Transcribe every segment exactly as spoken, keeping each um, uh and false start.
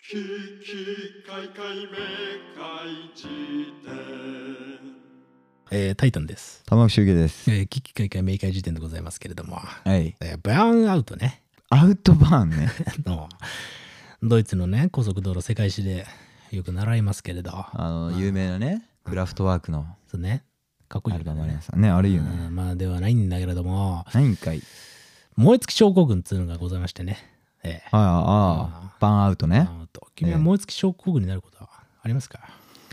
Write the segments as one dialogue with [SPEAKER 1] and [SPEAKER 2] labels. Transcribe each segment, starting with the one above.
[SPEAKER 1] ききかいかいめかいじ典、
[SPEAKER 2] えー、タイタンです。
[SPEAKER 3] 玉木周家です。
[SPEAKER 2] えー、危機開会明快時点でございますけれども、
[SPEAKER 3] はい。
[SPEAKER 2] えー、バーンアウトね。
[SPEAKER 3] アウトバーンね。
[SPEAKER 2] のドイツのね高速道路世界史でよく習いますけれど、
[SPEAKER 3] あの有名なねクラフトワークの
[SPEAKER 2] そうね、かっこいいよ
[SPEAKER 3] アルバムありますね。あれいいよね。
[SPEAKER 2] うん、まあではないんだけれども、
[SPEAKER 3] ないんかい。
[SPEAKER 2] 燃え尽き症候群っていうのがございましてね。えー、
[SPEAKER 3] ああああバーンアウトね。
[SPEAKER 2] バーンアウト。君は燃え尽き症候群になることはありますか？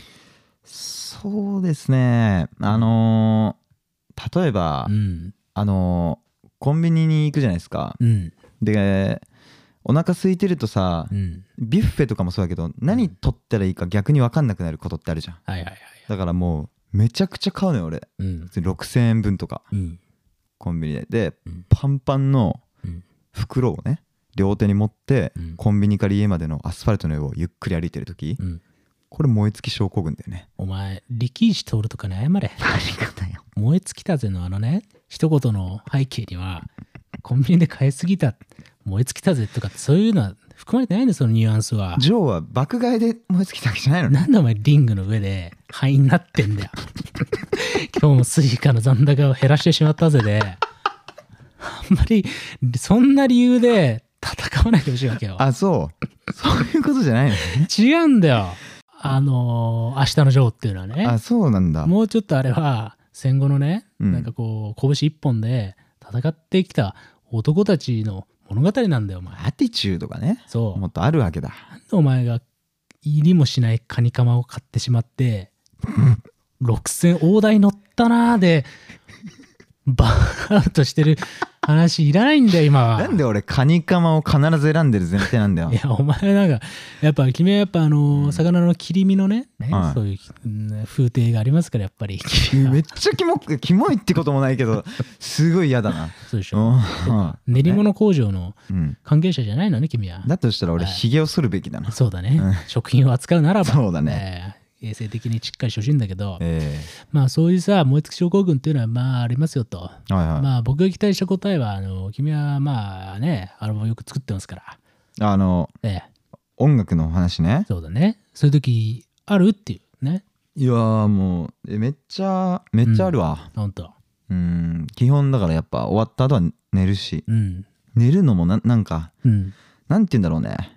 [SPEAKER 3] そうですね。あのー、例えば、
[SPEAKER 2] うん、
[SPEAKER 3] あのー、コンビニに行くじゃないですか。
[SPEAKER 2] うん、
[SPEAKER 3] でお腹空いてるとさ、
[SPEAKER 2] うん、
[SPEAKER 3] ビュッフェとかもそうだけど何取ったらいいか逆に分かんなくなることってあるじゃん。
[SPEAKER 2] はいはいはい。
[SPEAKER 3] だからもうめちゃくちゃ買うのよ俺。
[SPEAKER 2] うん、
[SPEAKER 3] 普通にろくせんえんぶんとか、
[SPEAKER 2] うん、
[SPEAKER 3] コンビニでで、
[SPEAKER 2] うん、
[SPEAKER 3] パンパンの
[SPEAKER 2] うん
[SPEAKER 3] 袋をね両手に持って、
[SPEAKER 2] うん、
[SPEAKER 3] コンビニから家までのアスファルトの上をゆっくり歩いてる時、
[SPEAKER 2] うん、
[SPEAKER 3] これ燃え尽き症候群だよね。
[SPEAKER 2] お前力石徹とかに謝れ。
[SPEAKER 3] ありがたよ。
[SPEAKER 2] 燃え尽きたぜのあのね一言の背景にはコンビニで買いすぎた燃え尽きたぜとかってそういうのは含まれてないんだよ、そのニュアンスは。
[SPEAKER 3] ジョーは爆買いで燃え尽きたわけじゃないのね。
[SPEAKER 2] なんでお前リングの上で灰になってんだよ。今日もスイカの残高を減らしてしまったぜで、あんまりそんな理由で戦わないでほしいわけよ。
[SPEAKER 3] あ、そうそういうことじゃないのね。
[SPEAKER 2] 違うんだよ。あのー、明日のジョーっていうのはね。
[SPEAKER 3] あ、そうなんだ。
[SPEAKER 2] もうちょっとあれは戦後のね、
[SPEAKER 3] うん、
[SPEAKER 2] なんかこう拳一本で戦ってきた男たちの物語なんだよお前。
[SPEAKER 3] アティチュードがね、
[SPEAKER 2] そう
[SPEAKER 3] もっとあるわけだ。
[SPEAKER 2] なんでお前が入りもしないカニカマを買ってしまってろくせん大台乗ったなーでバーンアウトしてる話いらないんだよ今は。
[SPEAKER 3] なんで俺カニカマを必ず選んでる前提なんだよ。
[SPEAKER 2] いやお前なんかやっぱ君はやっぱあのーうん、魚の切り身の ね, ね、はい、そういう、うん、風景がありますからやっぱり
[SPEAKER 3] めっちゃキモキモいってこともないけどすごい嫌だな。
[SPEAKER 2] そうでしょ。練り物工場の関係者じゃないのね君は。
[SPEAKER 3] だとしたら俺ヒゲを剃るべきだな。
[SPEAKER 2] そうだね、うん、食品を扱うならば
[SPEAKER 3] そうだね、
[SPEAKER 2] えー衛生的にしっかりしてほしいんだけど、
[SPEAKER 3] えー、
[SPEAKER 2] まあそういうさ燃え尽き症候群っていうのはまあありますよと、
[SPEAKER 3] はいはい、
[SPEAKER 2] まあ僕が期待した答えはあの君はまあねアルバムよく作ってますから
[SPEAKER 3] あの、
[SPEAKER 2] ええ、
[SPEAKER 3] 音楽の話ね。
[SPEAKER 2] そうだね、そういう時あるっていうね。
[SPEAKER 3] いやーもうえめっちゃめっちゃあるわ、
[SPEAKER 2] うん、ほんと
[SPEAKER 3] うん基本だからやっぱ終わった後は寝るし、
[SPEAKER 2] うん、
[SPEAKER 3] 寝るのも な, なんか、うん、なんて言うんだろうね、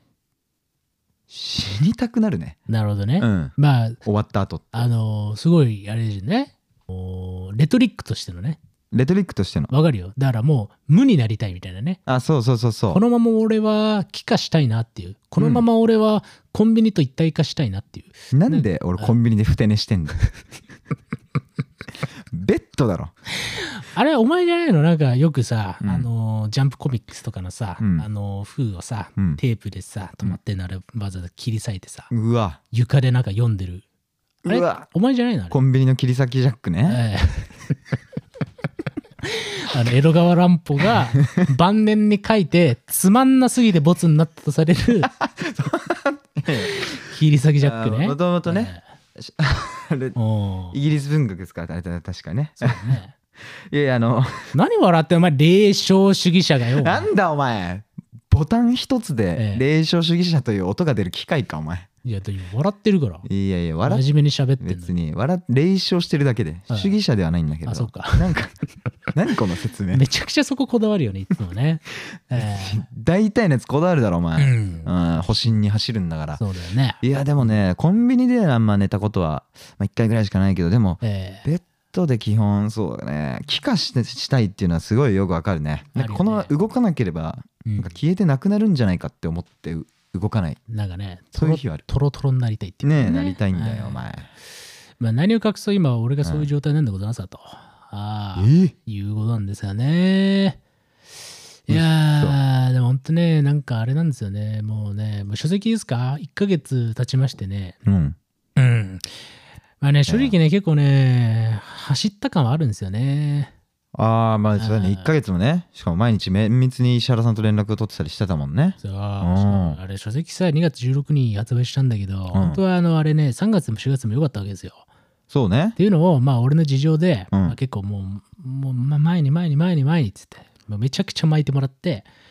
[SPEAKER 3] 死にたくなるね。
[SPEAKER 2] なるほどね、
[SPEAKER 3] うん、
[SPEAKER 2] まあ
[SPEAKER 3] 終わった後って
[SPEAKER 2] あのー、すごいあれですね、レトリックとしてのね、
[SPEAKER 3] レトリックとしての
[SPEAKER 2] わかるよ。だからもう無になりたいみたいなね。
[SPEAKER 3] あ、そうそうそうそう。
[SPEAKER 2] このまま俺は帰化したいなっていう、このまま俺はコンビニと一体化したいなっていう、
[SPEAKER 3] うん、なんで俺コンビニでふて寝してんだベッドだろ
[SPEAKER 2] あれお前じゃないの？なんかよくさ、うん、あのジャンプコミックスとかのさ、うん、あの封をさ、うん、テープでさ止まってんのあれわざわざ切り裂いてさ、
[SPEAKER 3] うわ
[SPEAKER 2] 床でなんか読んでる、あれ
[SPEAKER 3] うわ
[SPEAKER 2] お前じゃないの？あれ
[SPEAKER 3] コンビニの切り裂きジャックね、
[SPEAKER 2] ええ、あの江戸川乱歩が晩年に書いてつまんなすぎてボツになったとされる切り裂きジャックね。
[SPEAKER 3] もともとね、えー、イギリス文学ですからあれだ確かね。
[SPEAKER 2] そうね
[SPEAKER 3] いやいやあの
[SPEAKER 2] 何笑ってお前霊障主義者がよ。
[SPEAKER 3] なんだお前ボタン一つで霊障主義者という音が出る機械かお前。
[SPEAKER 2] いや笑ってるから。
[SPEAKER 3] いやいや笑っ
[SPEAKER 2] 真面目に喋ってんの。
[SPEAKER 3] 別に笑霊障してるだけで主義者ではないんだけど。
[SPEAKER 2] あそうか。
[SPEAKER 3] なんか何この説明。
[SPEAKER 2] めちゃくちゃそここだわるよねいつもね。
[SPEAKER 3] えー、大体のやつこだわるだろお前。うん、うん、保身に走るんだから。
[SPEAKER 2] そうだよね。
[SPEAKER 3] いやでもねコンビニであんま寝たことはまあいっかいぐらいしかないけどでも、えー、ベッドで基本そうだね帰化してしたいっていうのはすごいよくわかるね。なんかこの動かなければなんか消えてなくなるんじゃないかって思って動かない。
[SPEAKER 2] なんかね
[SPEAKER 3] そういう日はある。
[SPEAKER 2] トロトロになりたいっていう
[SPEAKER 3] ね。ねえなりたいんだよお前。
[SPEAKER 2] まあ何を隠そう今俺がそういう状態なんでございますかと、ああ、えー、いうことなんですよね。いやーでもほんとねなんかあれなんですよね。もうねもう書籍ですかいっかげつ経ちましてね。
[SPEAKER 3] うん
[SPEAKER 2] うんまあね正直ね結構ね走った感はあるんですよね。
[SPEAKER 3] ああまあそうだねいっかげつもねしかも毎日綿密に石原さんと連絡を取ってたりしてたもんね。
[SPEAKER 2] そう、うん、あれ書籍さにがつじゅうろくにち発売したんだけど、うん、本当はあのあれねさんがつもしがつも良かったわけですよ。
[SPEAKER 3] そうね
[SPEAKER 2] っていうのをまあ俺の事情で、うんまあ、結構もうもう前に前に前に前にっつってめちゃくちゃ巻いてもらって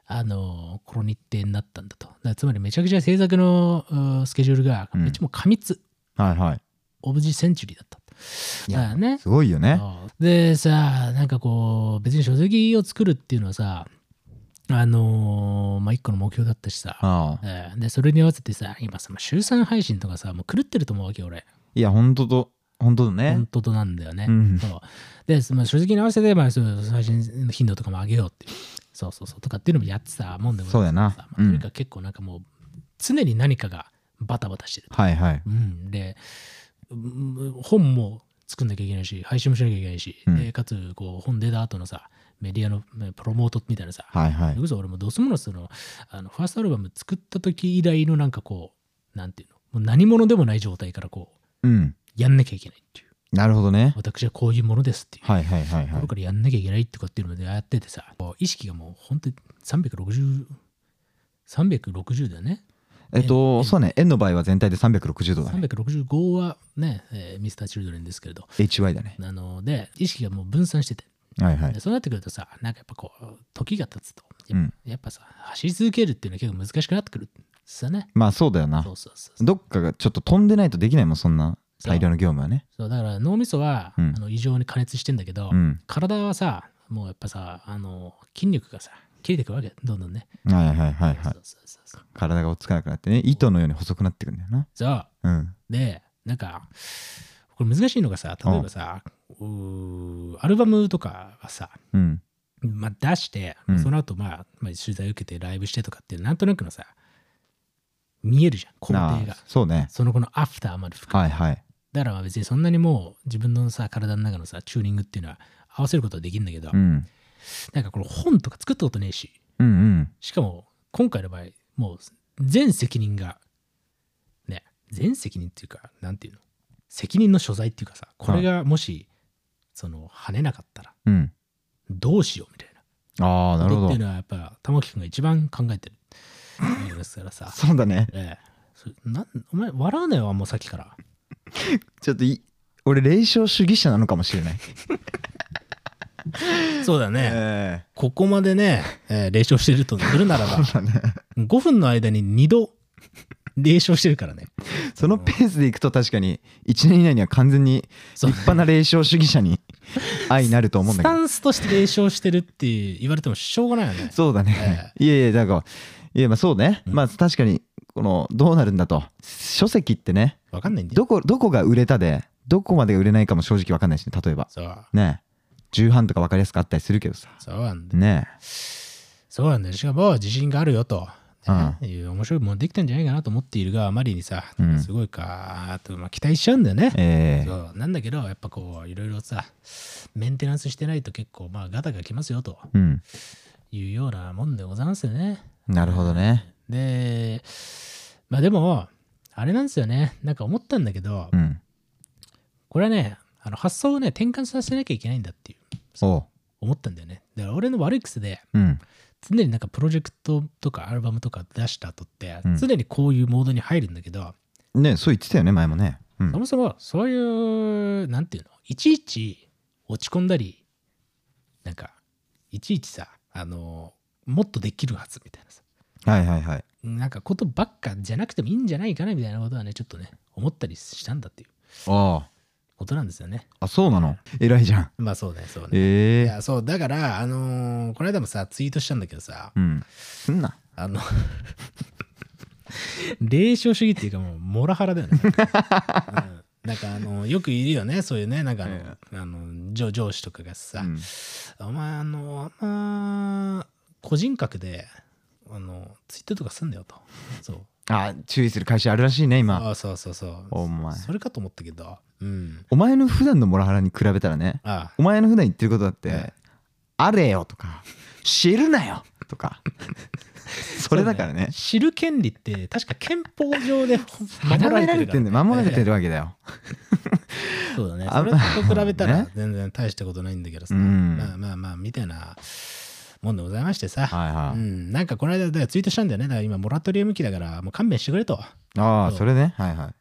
[SPEAKER 2] あのこの日程になったんだと。だからつまりめちゃくちゃ制作のスケジュールがめっちゃもう過密、
[SPEAKER 3] うん、はいはい、
[SPEAKER 2] オブジセンチュリーだった。だからね、
[SPEAKER 3] すごいよね。
[SPEAKER 2] でさ、なんかこう別に書籍を作るっていうのはさ、あのー、まあ一個の目標だったしさ、えー、でそれに合わせてさ、今さ週さん配信とかさもう狂ってると思うわけよ俺。
[SPEAKER 3] いや本当と本当だね。
[SPEAKER 2] 本当となんだよね。
[SPEAKER 3] うん、
[SPEAKER 2] そうで、まあ、書籍に合わせて、まあ、そう配信の頻度とかも上げようっていう、そうそうそうとかっていうのもやってたもんでも
[SPEAKER 3] そうやな。
[SPEAKER 2] まあ、とにかく結構なんかもう常に何かがバタバタしてる。
[SPEAKER 3] はいはい。
[SPEAKER 2] うん、で本も作んなきゃいけないし、配信もしなきゃいけないし、うん、でかつこう本出た後のさメディアのプロモートみたいなさ、
[SPEAKER 3] はいはい、
[SPEAKER 2] それこそ俺もドスモノスのあのファーストアルバム作った時以来のなんかこうなんていうの、もう何者でもない状態からこう、うん、やんなきゃいけないっていう。
[SPEAKER 3] なるほどね。
[SPEAKER 2] 私はこういうものですっていう。
[SPEAKER 3] はいはいはいはい。
[SPEAKER 2] ところからやんなきゃいけないってことっていうのでやっててさ、意識がもう本当にさんびゃくろくじゅう、さんびゃくろくじゅうだよね。
[SPEAKER 3] えっと、そうね、円の場合は全体でさんびゃくろくじゅうどだね。
[SPEAKER 2] さんびゃくろくじゅうごはね、えー、ミスターチルドレンですけれど。
[SPEAKER 3] エイチワイ だね。
[SPEAKER 2] なので、意識がもう分散してて。
[SPEAKER 3] はいはい。
[SPEAKER 2] そうなってくるとさ、なんかやっぱこう、時が経つと、やっぱ,、うん、やっぱさ、走り続けるっていうのは結構難しくなってくるんですよね。
[SPEAKER 3] まあそうだよな。そうそうそうそう。どっかがちょっと飛んでないとできないもん、そんな。大量の業務はね。
[SPEAKER 2] そうだから脳みそは、うん、あの異常に加熱してんだけど、うん、体はさもうやっぱさあの筋肉がさ切れてくるわけどんどんね。
[SPEAKER 3] はいはいはいはい。そうそうそうそう、体が追っつかなくなってね、糸のように細くなってくるんだよな。
[SPEAKER 2] そう、うん、でなんかこれ難しいのがさ、例えばさうアルバムとかはさ、うんまあ、出して、うん、その後、まあ、まあ取材受けてライブしてとかってなんとなくのさ見えるじゃん工程が。
[SPEAKER 3] そうね。
[SPEAKER 2] その後のアフターまで含めて。はいはい。だから別にそんなにもう自分のさ体の中のさチューニングっていうのは合わせることはできるんだけど、うん、なんかこの本とか作ったことねえし、うんうん、しかも今回の場合もう全責任がね全責任っていうかなんていうの責任の所在っていうかさ、これがもしその跳ねなかったら、うん、どうしようみたいな、ああなるほどっていうのはやっぱ玉木君が一番考えてるですからさ
[SPEAKER 3] そうだね、
[SPEAKER 2] ええ、なお前笑うなよもうさっきから
[SPEAKER 3] ちょっとい俺霊障主義者なのかもしれない
[SPEAKER 2] そうだね、えー、ここまでね、えー、霊障してるとするならば、ね、ごふんの間ににど霊障してるからね。
[SPEAKER 3] そのペースでいくと確かにいちねん以内には完全に立派な霊障主義者に愛になると思うんだけど、
[SPEAKER 2] スタンスとして霊障してるって言われてもしょうがないよね。
[SPEAKER 3] そうだね、えー、いやいやだからいやまあそうね、うん、まあ確かにこのどうなるんだと書籍ってね
[SPEAKER 2] 分かんないんだよ。
[SPEAKER 3] どこどこが売れたでどこまで売れないかも正直分かんないしね。例えばそうね重版とか分かりやすくあったりするけどさ、
[SPEAKER 2] そうなんだよ
[SPEAKER 3] ね。
[SPEAKER 2] そうなんだよ。しかも自信があるよと、ね、うん、いう面白いものできたんじゃないかなと思っているがあまりにさ、うん、すごいかと、まあ、期待しちゃうんだよね、えー、そうなんだけどやっぱこういろいろさメンテナンスしてないと結構まあガタがきますよと、うん、いうようなもんでございますよね。
[SPEAKER 3] なるほどね。
[SPEAKER 2] でまあでもあれなんですよね、なんか思ったんだけど、うん、これはねあの発想をね転換させなきゃいけないんだっていうそう思ったんだよね。だから俺の悪い癖で、うん、常になんかプロジェクトとかアルバムとか出した後って、うん、常にこういうモードに入るんだけど
[SPEAKER 3] ね、そう言ってたよね前もね、
[SPEAKER 2] うん、そもそもそういうなんていうのいちいち落ち込んだりなんかいちいちさあのもっとできるはずみたいなさ、
[SPEAKER 3] はいはいはい、
[SPEAKER 2] なんかことばっかじゃなくてもいいんじゃないかなみたいなことはねちょっとね思ったりしたんだっていうあことなんですよね。
[SPEAKER 3] あそうなの偉いじゃん。
[SPEAKER 2] まあそうねそうね、
[SPEAKER 3] えー、
[SPEAKER 2] いやそうだからあのー、この間もさツイートしたんだけどさ、
[SPEAKER 3] うん、すんな
[SPEAKER 2] あの霊障主義っていうかもうモラハラだよね、うん、なんかあのよくいるよねそういうねなんかあの、えー、あの 上, 上司とかがさ、うん、お前あのあんま個人格であのツイートとかすんだよとそう
[SPEAKER 3] あ注意する会社あるらしいね今。
[SPEAKER 2] あそうそうそう
[SPEAKER 3] お前
[SPEAKER 2] それかと思ったけど、うん、
[SPEAKER 3] お前の普段のモラハラに比べたらねああお前の普段言ってることだって、ね、あれよとか知るなよとかそれだから ね, ね
[SPEAKER 2] 知る権利って確か憲法上で
[SPEAKER 3] 守られてるんだ守られてるわけだよ、
[SPEAKER 2] えー、そうだねそれと比べたら全然大したことないんだけどさ、うん、まあまあまあみたいなもんでございましてさ、はいはい、うん、なんかこの間ツイートしたんだよね。だから今モラトリアム期だからもう勘弁してくれと。
[SPEAKER 3] ああそれねはいはい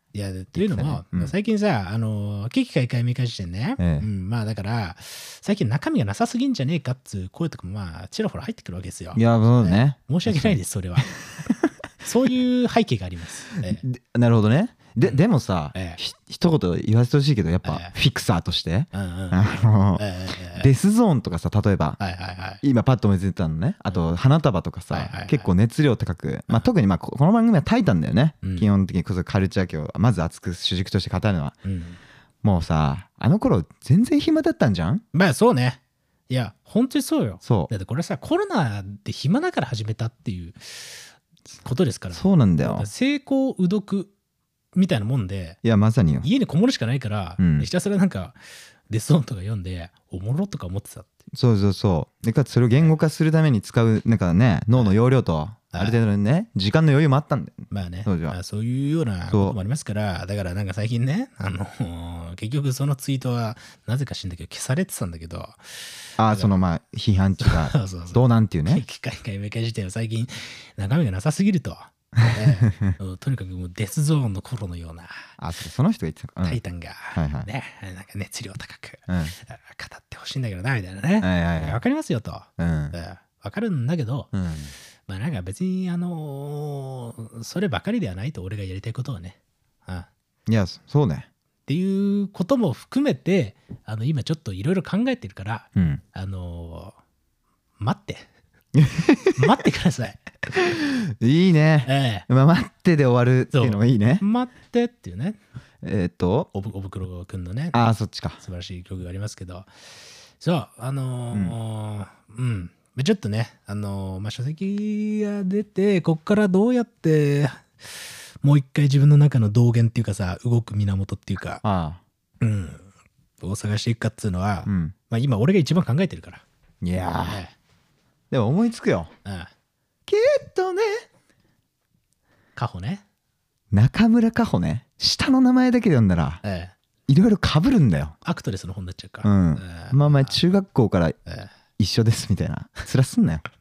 [SPEAKER 2] いやっていうのも、うん、最近さあの危機開会明快時点ね、ええ、うん、まあだから最近中身がなさすぎんじゃねえかっつう声とかもまあちらほら入ってくるわけですよ。
[SPEAKER 3] いやそうね、
[SPEAKER 2] ね、申し訳ないですそれはそういう背景があります、
[SPEAKER 3] ええ、なるほどね。で、でもさ、ええ、一言言わせてほしいけどやっぱフィクサーとして、ええ、あの、ええ、デスゾーンとかさ例えば、はいはいはい、今パッと思いついたのね、あと花束とかさ、はいはいはい、結構熱量高く、まあ、特にまあこの番組はタイタンだよね、うん、基本的にこそカルチャー系をまず熱く主軸として語るのは、うん、もうさあの頃全然暇だったんじゃん。
[SPEAKER 2] まあそうね。いや本当にそうよ。そうだってこれさコロナで暇だから始めたっていうことですから。
[SPEAKER 3] そうなんだよ。
[SPEAKER 2] 成功うどくみたいなもんで、
[SPEAKER 3] いやまさによ。
[SPEAKER 2] 家にこもるしかないから、うん、ひたすらなんかデスノートとか読んでおもろとか思ってたって。
[SPEAKER 3] そうそうそう。でかつそれを言語化するために使うなんかね脳の容量とある程度のね時間の余裕もあったんだよ。
[SPEAKER 2] まあね、そう、まあ、そういうようなこともありますから、だからなんか最近ねあの結局そのツイートはなぜか知んだけど消されてたんだけど。
[SPEAKER 3] ああそのまあ批判値がどうなんていうね。
[SPEAKER 2] 機械が明快時点は最近中身がなさすぎると。ね、とにかくもうデスゾーンの頃のような
[SPEAKER 3] あその人が言ってた、
[SPEAKER 2] うん、タイタンが、はいはい、ねなんか熱量高く、うん、語ってほしいんだけどなみたいなね、はいはいはい、分かりますよと、うん、分かるんだけど、うん、まあなんか別にあのー、そればかりではないと俺がやりたいことはね、
[SPEAKER 3] うん、いやそうね
[SPEAKER 2] っていうことも含めてあの今ちょっといろいろ考えてるから、うん、あのー、待って待ってください。
[SPEAKER 3] いいね、ええ、まあ、待ってで終わるっていうのもいいね。
[SPEAKER 2] 待ってっていうね
[SPEAKER 3] えっ、ー、と
[SPEAKER 2] おぶおぶくろくんのね
[SPEAKER 3] ああそっちか
[SPEAKER 2] 素晴らしい曲がありますけどそうあのー、うん、うん、ちょっとねあのー、まあ書籍が出てこっからどうやってもう一回自分の中の動源っていうかさ動く源っていうかああ、うん、どう探していくかっつうのは、うん、まあ今俺が一番考えてるから。
[SPEAKER 3] いやー、ね、でも思いつくよ。ああきっとね
[SPEAKER 2] カホね
[SPEAKER 3] 中村カホね下の名前だけで読んだら、ええ、いろいろかぶるんだよ。
[SPEAKER 2] アクトレスの本になっちゃうか、
[SPEAKER 3] うん、ええ、まあまあ中学校から一緒ですみたいなつらすんなよ。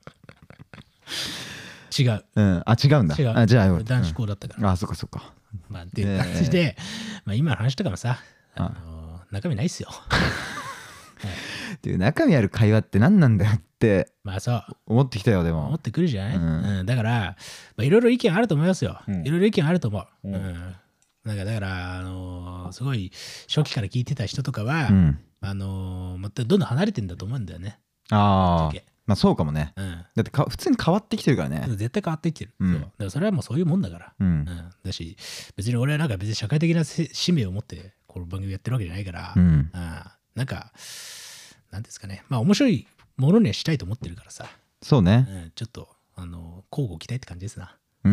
[SPEAKER 2] 違う、
[SPEAKER 3] うん、あ違うんだ。
[SPEAKER 2] 違う
[SPEAKER 3] あじゃあ
[SPEAKER 2] 男子校だったから、
[SPEAKER 3] うん、あそっかそっか。
[SPEAKER 2] まあっていう感じで、えーまあ、今の話とかもさ、あのー、中身ないっすよ。
[SPEAKER 3] っていう中身ある会話って何なんだよって
[SPEAKER 2] まあそう
[SPEAKER 3] 思ってきたよ。でも
[SPEAKER 2] 思ってくるじゃない、うんうん、だからいろいろ意見あると思いますよ。いろいろ意見あると思う、うんうん、なんかだからあのー、すごい初期から聞いてた人とかは、うん、あのー、またどんどん離れてんだと思うんだよね。
[SPEAKER 3] ああまあそうかもね、うん、だってか普通に変わってきてるからね。
[SPEAKER 2] 絶対変わってきてる、うん、そうだからそれはもうそういうもんだから、うんうん、だし別に俺はなんか別に社会的な使命を持ってこの番組やってるわけじゃないから、うん、あなんかなんですかねまあ面白いものにはしたいと思ってるからさ。
[SPEAKER 3] そうね、
[SPEAKER 2] うん、ちょっとあの交互期待って感じですな。
[SPEAKER 3] うん、うん、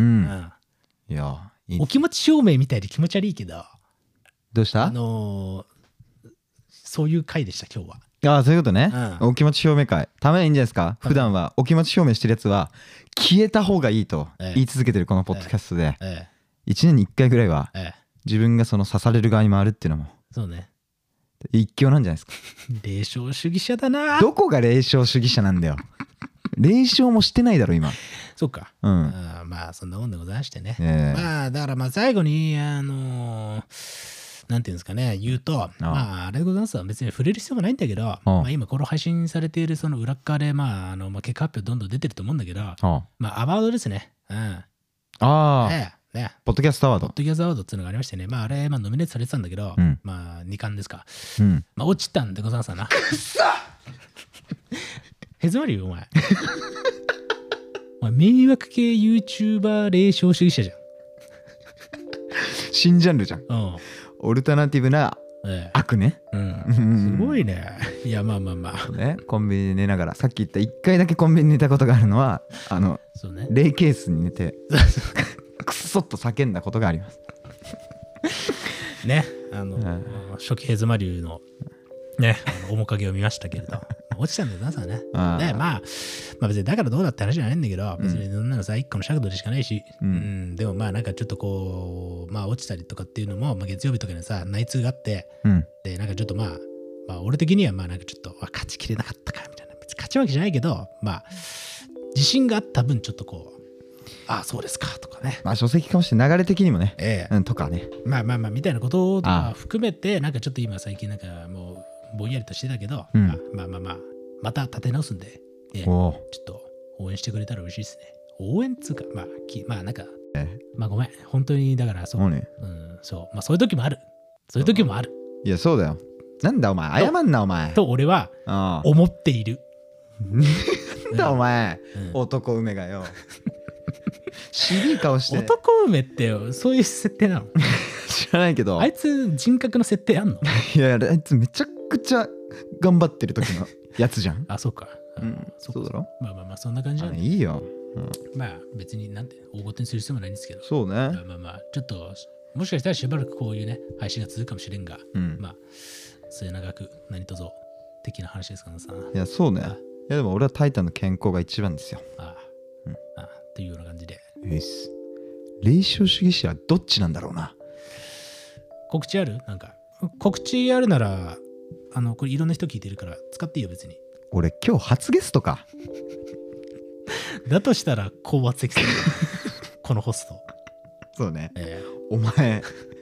[SPEAKER 3] いやいい
[SPEAKER 2] お気持ち表明みたいで気持ち悪いけど
[SPEAKER 3] どうした
[SPEAKER 2] あのー、そういう回でした今日は。
[SPEAKER 3] ああそういうことね、うん、お気持ち表明会たまにいいんじゃないですか。普段はお気持ち表明してるやつは消えた方がいいと言い続けてるこのポッドキャストで、ええ、いちねんにいっかいぐらいは自分がその刺される側に回るっていうのも
[SPEAKER 2] そうね
[SPEAKER 3] 一興なんじゃないですか。
[SPEAKER 2] 霊障主義者だな。
[SPEAKER 3] どこが霊障主義者なんだよ。霊障もしてないだろ今。
[SPEAKER 2] そうか、うん、あまあそんなもんでございましてね、えー、まあだからまあ最後にあのーなんていうんですかね言うとあまああれでございます別に触れる必要もないんだけどまあ、今この配信されているその裏側でまああの、まあ、結果発表どんどん出てると思うんだけどまあアワードですね。うん、あ
[SPEAKER 3] あ、
[SPEAKER 2] ねね、
[SPEAKER 3] ポッドキャストアワード
[SPEAKER 2] ポッドキャストアワードっていうのがありましてねまああれまあノミネートされてたんだけど、うん、まあにかんですか、うん、まあ落ちたんでございますな。くっそへずまりよお前。お前迷惑系 YouTuber 霊障主義者じゃん。
[SPEAKER 3] 新ジャンルじゃん、うん、オルタナティブな悪ね、え
[SPEAKER 2] えうん、すごいね。いやまあまあまあ、
[SPEAKER 3] ね、コンビニで寝ながらさっき言ったいっかいだけコンビニで寝たことがあるのはあのそう、ね、霊ケースに寝てくっそっと叫んだことがあります。
[SPEAKER 2] ねあの、うん、初期ヘズマ流のねあの面影を見ましたけれど落ちたんだよなさね。あでまあまあ別にだからどうだって話じゃないんだけど別にそんなのさいっこの尺度でしかないし、うんうん、でもまあなんかちょっとこうまあ落ちたりとかっていうのも、まあ、月曜日とかにさ内痛があって、うん、でなんかちょっとまあまあ俺的にはまあなんかちょっと勝ちきれなかったかみたいな別に勝ちわけじゃないけどまあ自信があった分ちょっとこうああそうですかとかかね、
[SPEAKER 3] まあ書籍化もして流れ的にもね、
[SPEAKER 2] ええ
[SPEAKER 3] うん、とかね、
[SPEAKER 2] まあまあまあみたいなこととか含めて、なんかちょっと今最近なんかもうぼんやりとしてたけど、
[SPEAKER 3] うん
[SPEAKER 2] まあまあまあまあまた立て直すんで、ええ
[SPEAKER 3] おー
[SPEAKER 2] ちょっと応援してくれたら嬉しいですね。応援っつうか、まあきまあなんか
[SPEAKER 3] え
[SPEAKER 2] まあごめん、本当にだからそう、
[SPEAKER 3] 何
[SPEAKER 2] うんそうまあそういう時もある、そういう時もある
[SPEAKER 3] いやそうだよ、なんだお前謝んなお前
[SPEAKER 2] と俺は
[SPEAKER 3] ああ
[SPEAKER 2] 思っている。
[SPEAKER 3] なんだお前、
[SPEAKER 2] うん
[SPEAKER 3] 男梅がよ渋い顔して
[SPEAKER 2] 男梅ってそういう設定なの？
[SPEAKER 3] 知らないけど
[SPEAKER 2] あいつ人格の設定あんの？
[SPEAKER 3] いやあいつめちゃくちゃ頑張ってる時のやつじゃん
[SPEAKER 2] あ、そうか。
[SPEAKER 3] うんそうだろ。
[SPEAKER 2] まあまあまあそんな感じなんで、
[SPEAKER 3] いいよ、うん、
[SPEAKER 2] まあ別になんて大ごとにする必要もないんですけど、
[SPEAKER 3] そうね、
[SPEAKER 2] まあまあまあちょっともしかしたらしばらくこういうね配信が続くかもしれんが、
[SPEAKER 3] うん、
[SPEAKER 2] まあ末永く何とぞ的な話ですからさ。
[SPEAKER 3] いやそうね、いやでも俺はタイタンの健康が一番ですよ。
[SPEAKER 2] ああ、
[SPEAKER 3] うん、
[SPEAKER 2] ああというような感じで。
[SPEAKER 3] よし。霊障主義者はどっちなんだろうな。
[SPEAKER 2] 告知ある？なんか告知あるならあのこれいろんな人聞いてるから使っていいよ別に。
[SPEAKER 3] 俺今日初ゲストか。
[SPEAKER 2] だとしたら高圧的するこのホスト。
[SPEAKER 3] そうね。
[SPEAKER 2] えー、
[SPEAKER 3] お前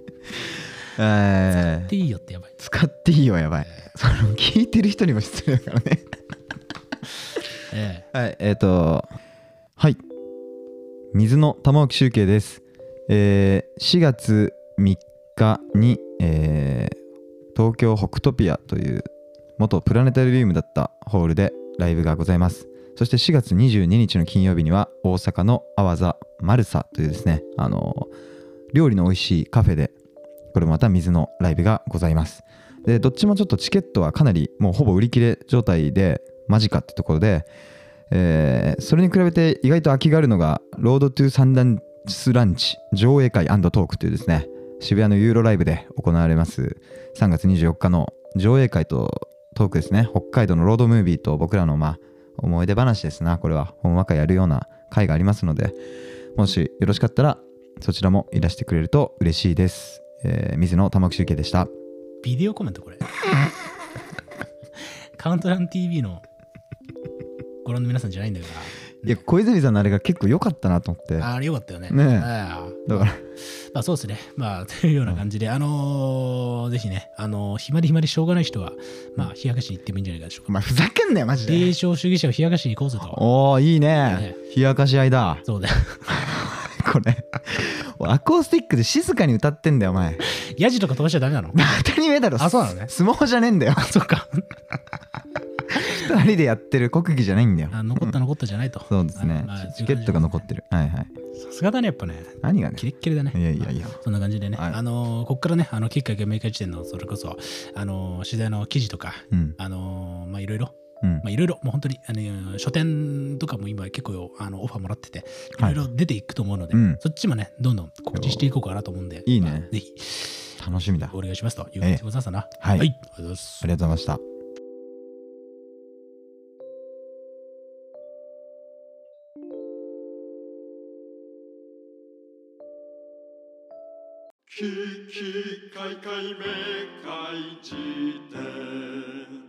[SPEAKER 3] えー、
[SPEAKER 2] 使っていいよってやばい。
[SPEAKER 3] 使っていいよやばい。えー、その聞いてる人にも失礼だからね。
[SPEAKER 2] え
[SPEAKER 3] ー、はいえっ、ー、とはい水の玉置集計です。えー、しがつみっかに、えー、東京北トピアという元プラネタリウムだったホールでライブがございます。そしてしがつにじゅうににちの金曜日には大阪のアワザマルサというですね、あの料理の美味しいカフェでこれまた水のライブがございます。でどっちもちょっとチケットはかなりもうほぼ売り切れ状態で間近ってところで、えー、それに比べて意外と空きがあるのがロードトゥサンダンスランチ上映会&トークというですね、渋谷のユーロライブで行われますさんがつにじゅうよっかの上映会とトークですね。北海道のロードムービーと僕らのまあ思い出話ですな。これはほんわかやるような会がありますので、もしよろしかったらそちらもいらしてくれると嬉しいです。えー、水野玉木集計でした。
[SPEAKER 2] ビデオコメントこれカウントダウン ティーブイ のご覧の皆さんじゃないんだから。
[SPEAKER 3] いや小泉さんのあれが結構良かったなと思って。
[SPEAKER 2] あれ良かったよね。
[SPEAKER 3] ねえ
[SPEAKER 2] あ
[SPEAKER 3] だから
[SPEAKER 2] まあそうですね。まあというような感じで、うん、あのー、ぜひね、あのー、ひまりひまりしょうがない人はまあ冷やかしに行ってもいいんじゃないかでしょうか。
[SPEAKER 3] お前ふざけんなよマジで。
[SPEAKER 2] 霊障主義者を冷やかしに行こうぜと。
[SPEAKER 3] おおいいね、
[SPEAKER 2] ね
[SPEAKER 3] 冷やかし合いだ。
[SPEAKER 2] そうだよ
[SPEAKER 3] これアコースティックで静かに歌ってんだよお前。
[SPEAKER 2] ヤジとか飛ばしちゃダメなの？
[SPEAKER 3] 当たり前だろ。
[SPEAKER 2] あ、そうなのね。
[SPEAKER 3] 相撲じゃねえんだよ。
[SPEAKER 2] あ、そっか
[SPEAKER 3] 二人でやってる国技じゃないんだよ。
[SPEAKER 2] あ、残った残ったじゃないと、
[SPEAKER 3] うん、そうですね、まあ、チケットが残ってる。はいはい。
[SPEAKER 2] さすがだねやっぱね。
[SPEAKER 3] 何がね。
[SPEAKER 2] キレッキレだね。
[SPEAKER 3] いやいやいや。
[SPEAKER 4] そんな感じでね、
[SPEAKER 3] はい、
[SPEAKER 4] あのー、こっからね、あの、きっかけ明快時点のそれこそ、あのー、取材の記事とか、
[SPEAKER 3] うん、
[SPEAKER 4] あのー、まあいろいろ。
[SPEAKER 3] うん、
[SPEAKER 4] まあいろいろもう本当にあの書店とかも今結構あのオファーもらってていろいろ出ていくと思うので、はい、そっちもねどんどん告知していこうかなと思うんで、
[SPEAKER 3] いいね、
[SPEAKER 4] まあ、ぜひ
[SPEAKER 3] 楽しみだ
[SPEAKER 4] お願いしますという感じでございますな、
[SPEAKER 3] ええ、はい、
[SPEAKER 4] はい、ありがとうございます。
[SPEAKER 3] ありがとうございました。
[SPEAKER 1] ききかいかいめかいじ典